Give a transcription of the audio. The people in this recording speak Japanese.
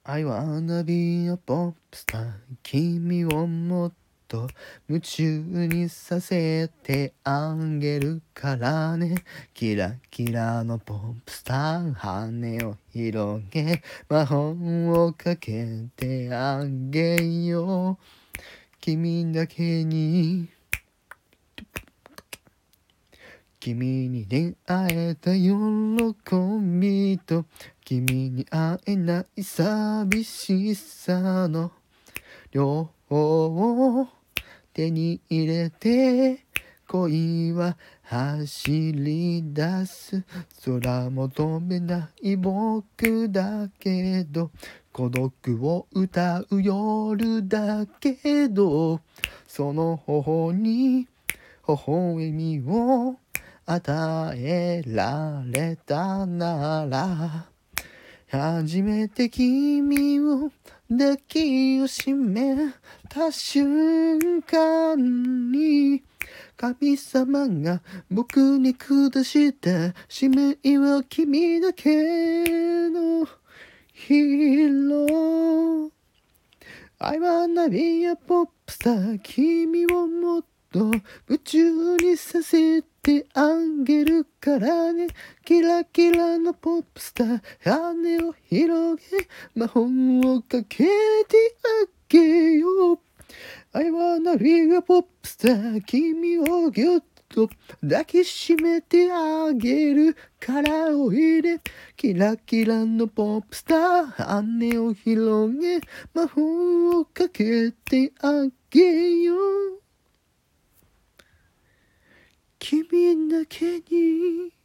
I wanna be a pop star 君をもっと夢中にさせてあげるからねキラキラのポップスター羽を広げ魔法をかけてあげよう君だけに君に出会えた喜びと君に会えない寂しさの両方を手に入れて恋は走り出す空求めない僕だけど孤独を歌う夜だけどその頬に微笑みを与えられたなら初めて君を抱きをしめた瞬間に神様が僕に下した使命は君だけのヒーロー I wanna be a pop star 君をもっと夢中にさせてあげるからねキラキラのポップスター羽を広げ魔法をかけてあげよう I wanna be a pop star 君をぎゅっと抱きしめてあげるからおいでキラキラのポップスター羽を広げ魔法をかけてあげよう君だけに